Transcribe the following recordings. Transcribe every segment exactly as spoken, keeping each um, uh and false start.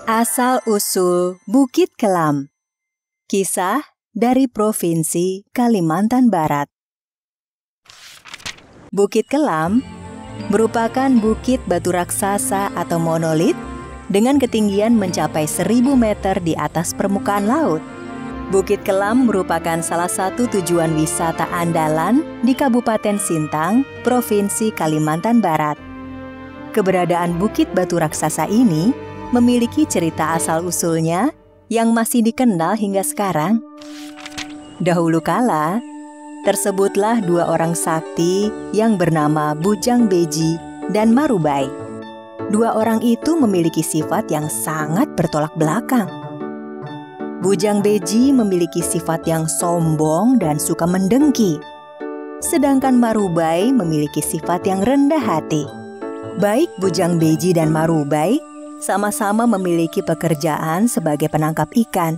Asal-usul Bukit Kelam. Kisah dari Provinsi Kalimantan Barat. Bukit Kelam merupakan bukit batu raksasa atau monolit dengan ketinggian mencapai seribu meter di atas permukaan laut. Bukit Kelam merupakan salah satu tujuan wisata andalan di Kabupaten Sintang, Provinsi Kalimantan Barat. Keberadaan bukit batu raksasa ini memiliki cerita asal-usulnya yang masih dikenal hingga sekarang. Dahulu kala, tersebutlah dua orang sakti yang bernama Bujang Beji dan Marubai. Dua orang itu memiliki sifat yang sangat bertolak belakang. Bujang Beji memiliki sifat yang sombong dan suka mendengki. Sedangkan Marubai memiliki sifat yang rendah hati. Baik Bujang Beji dan Marubai sama-sama memiliki pekerjaan sebagai penangkap ikan.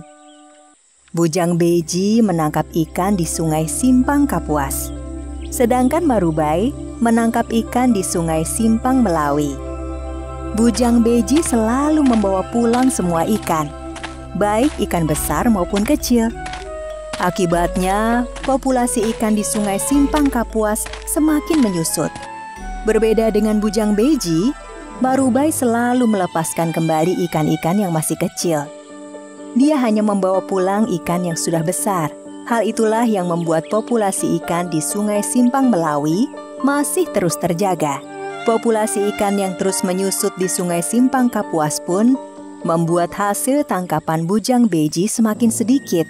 Bujang Beji menangkap ikan di Sungai Simpang Kapuas, sedangkan Marubai menangkap ikan di Sungai Simpang Melawi. Bujang Beji selalu membawa pulang semua ikan, baik ikan besar maupun kecil. Akibatnya, populasi ikan di Sungai Simpang Kapuas semakin menyusut. Berbeda dengan Bujang Beji, Marubai selalu melepaskan kembali ikan-ikan yang masih kecil. Dia hanya membawa pulang ikan yang sudah besar. Hal itulah yang membuat populasi ikan di Sungai Simpang Melawi masih terus terjaga. Populasi ikan yang terus menyusut di Sungai Simpang Kapuas pun membuat hasil tangkapan Bujang Beji semakin sedikit.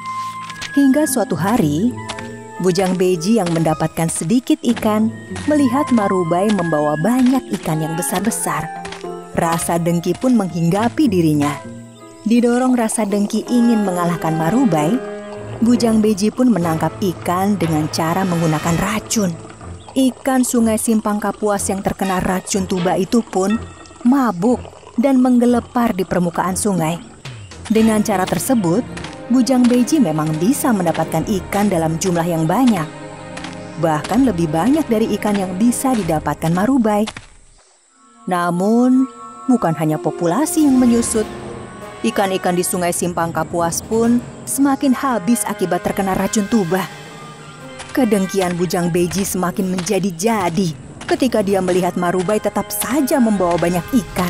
Hingga suatu hari, Bujang Beji yang mendapatkan sedikit ikan melihat Marubai membawa banyak ikan yang besar-besar. Rasa dengki pun menghinggapi dirinya. Didorong rasa dengki ingin mengalahkan Marubai, Bujang Beji pun menangkap ikan dengan cara menggunakan racun. Ikan Sungai Simpang Kapuas yang terkena racun tuba itu pun mabuk dan menggelepar di permukaan sungai. Dengan cara tersebut, Bujang Beji memang bisa mendapatkan ikan dalam jumlah yang banyak. Bahkan lebih banyak dari ikan yang bisa didapatkan Marubai. Namun, bukan hanya populasi yang menyusut. Ikan-ikan di Sungai Simpang Kapuas pun semakin habis akibat terkena racun tuba. Kedengkian Bujang Beji semakin menjadi-jadi ketika dia melihat Marubai tetap saja membawa banyak ikan.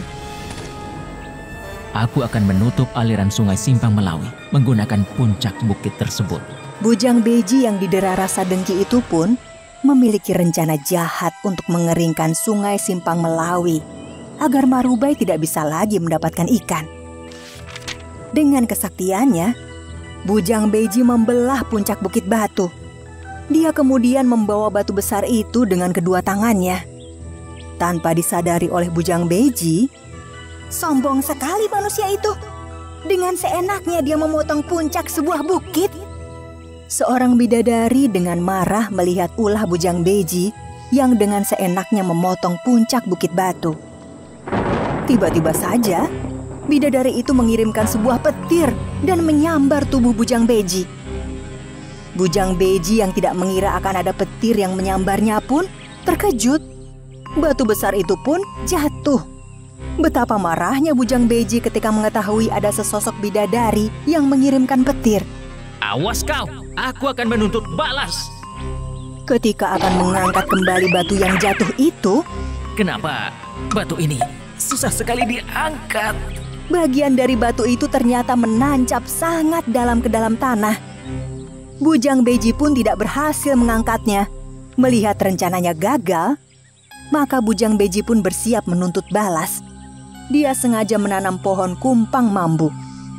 Aku akan menutup aliran Sungai Simpang Melawi menggunakan puncak bukit tersebut. Bujang Beji yang didera rasa dengki itu pun memiliki rencana jahat untuk mengeringkan Sungai Simpang Melawi agar Marubai tidak bisa lagi mendapatkan ikan. Dengan kesaktiannya, Bujang Beji membelah puncak bukit batu. Dia kemudian membawa batu besar itu dengan kedua tangannya. Tanpa disadari oleh Bujang Beji, sombong sekali manusia itu. Dengan seenaknya dia memotong puncak sebuah bukit. Seorang bidadari dengan marah melihat ulah Bujang Beji yang dengan seenaknya memotong puncak bukit batu. Tiba-tiba saja, bidadari itu mengirimkan sebuah petir dan menyambar tubuh Bujang Beji. Bujang Beji yang tidak mengira akan ada petir yang menyambarnya pun terkejut. Batu besar itu pun jatuh. Betapa marahnya Bujang Beji ketika mengetahui ada sesosok bidadari yang mengirimkan petir. Awas kau, aku akan menuntut balas. Ketika akan mengangkat kembali batu yang jatuh itu, kenapa batu ini susah sekali diangkat? Bagian dari batu itu ternyata menancap sangat dalam ke dalam tanah. Bujang Beji pun tidak berhasil mengangkatnya. Melihat rencananya gagal, maka Bujang Beji pun bersiap menuntut balas. Dia sengaja menanam pohon kumpang mambu.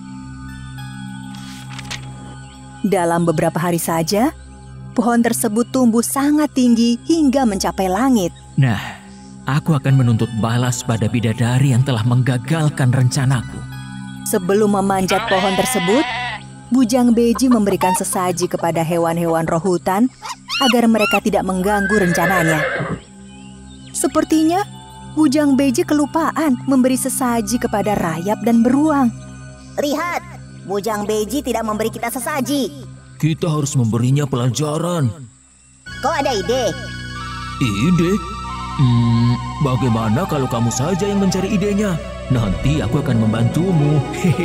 Dalam beberapa hari saja, pohon tersebut tumbuh sangat tinggi hingga mencapai langit. Nah, aku akan menuntut balas pada bidadari yang telah menggagalkan rencanaku. Sebelum memanjat pohon tersebut, Bujang Beji memberikan sesaji kepada hewan-hewan roh hutan agar mereka tidak mengganggu rencananya. Sepertinya Bujang Beji kelupaan memberi sesaji kepada rayap dan beruang. Lihat, Bujang Beji tidak memberi kita sesaji. Kita harus memberinya pelajaran. Kau ada ide? Ide? Hmm, bagaimana kalau kamu saja yang mencari idenya? Nanti aku akan membantumu.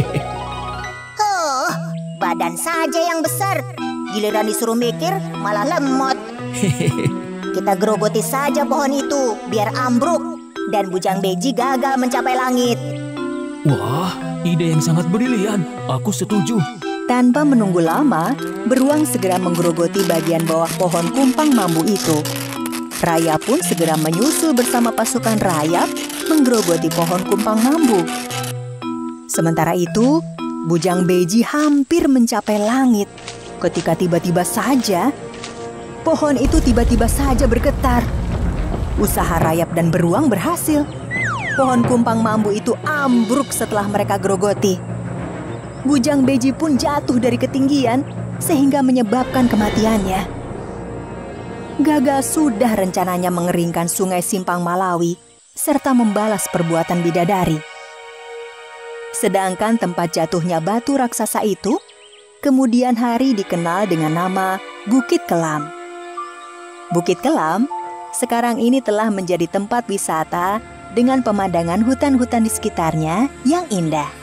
Oh, badan saja yang besar. Giliran disuruh mikir malah lemot. Kita gerogoti saja pohon itu biar ambruk dan Bujang Beji gagal mencapai langit. Wah, ide yang sangat brilian. Aku setuju. Tanpa menunggu lama, beruang segera menggerogoti bagian bawah pohon kumpang mambu itu. Raya pun segera menyusul bersama pasukan rayap menggerogoti pohon kumpang mambu. Sementara itu, Bujang Beji hampir mencapai langit ketika tiba-tiba saja pohon itu tiba-tiba saja bergetar. Usaha rayap dan beruang berhasil. Pohon kumpang mambu itu ambruk setelah mereka gerogoti. Bujang Beji pun jatuh dari ketinggian sehingga menyebabkan kematiannya. Gagal sudah rencananya mengeringkan sungai Simpang Malawi serta membalas perbuatan bidadari. Sedangkan tempat jatuhnya batu raksasa itu kemudian hari dikenal dengan nama Bukit Kelam. Bukit Kelam sekarang ini telah menjadi tempat wisata dengan pemandangan hutan-hutan di sekitarnya yang indah.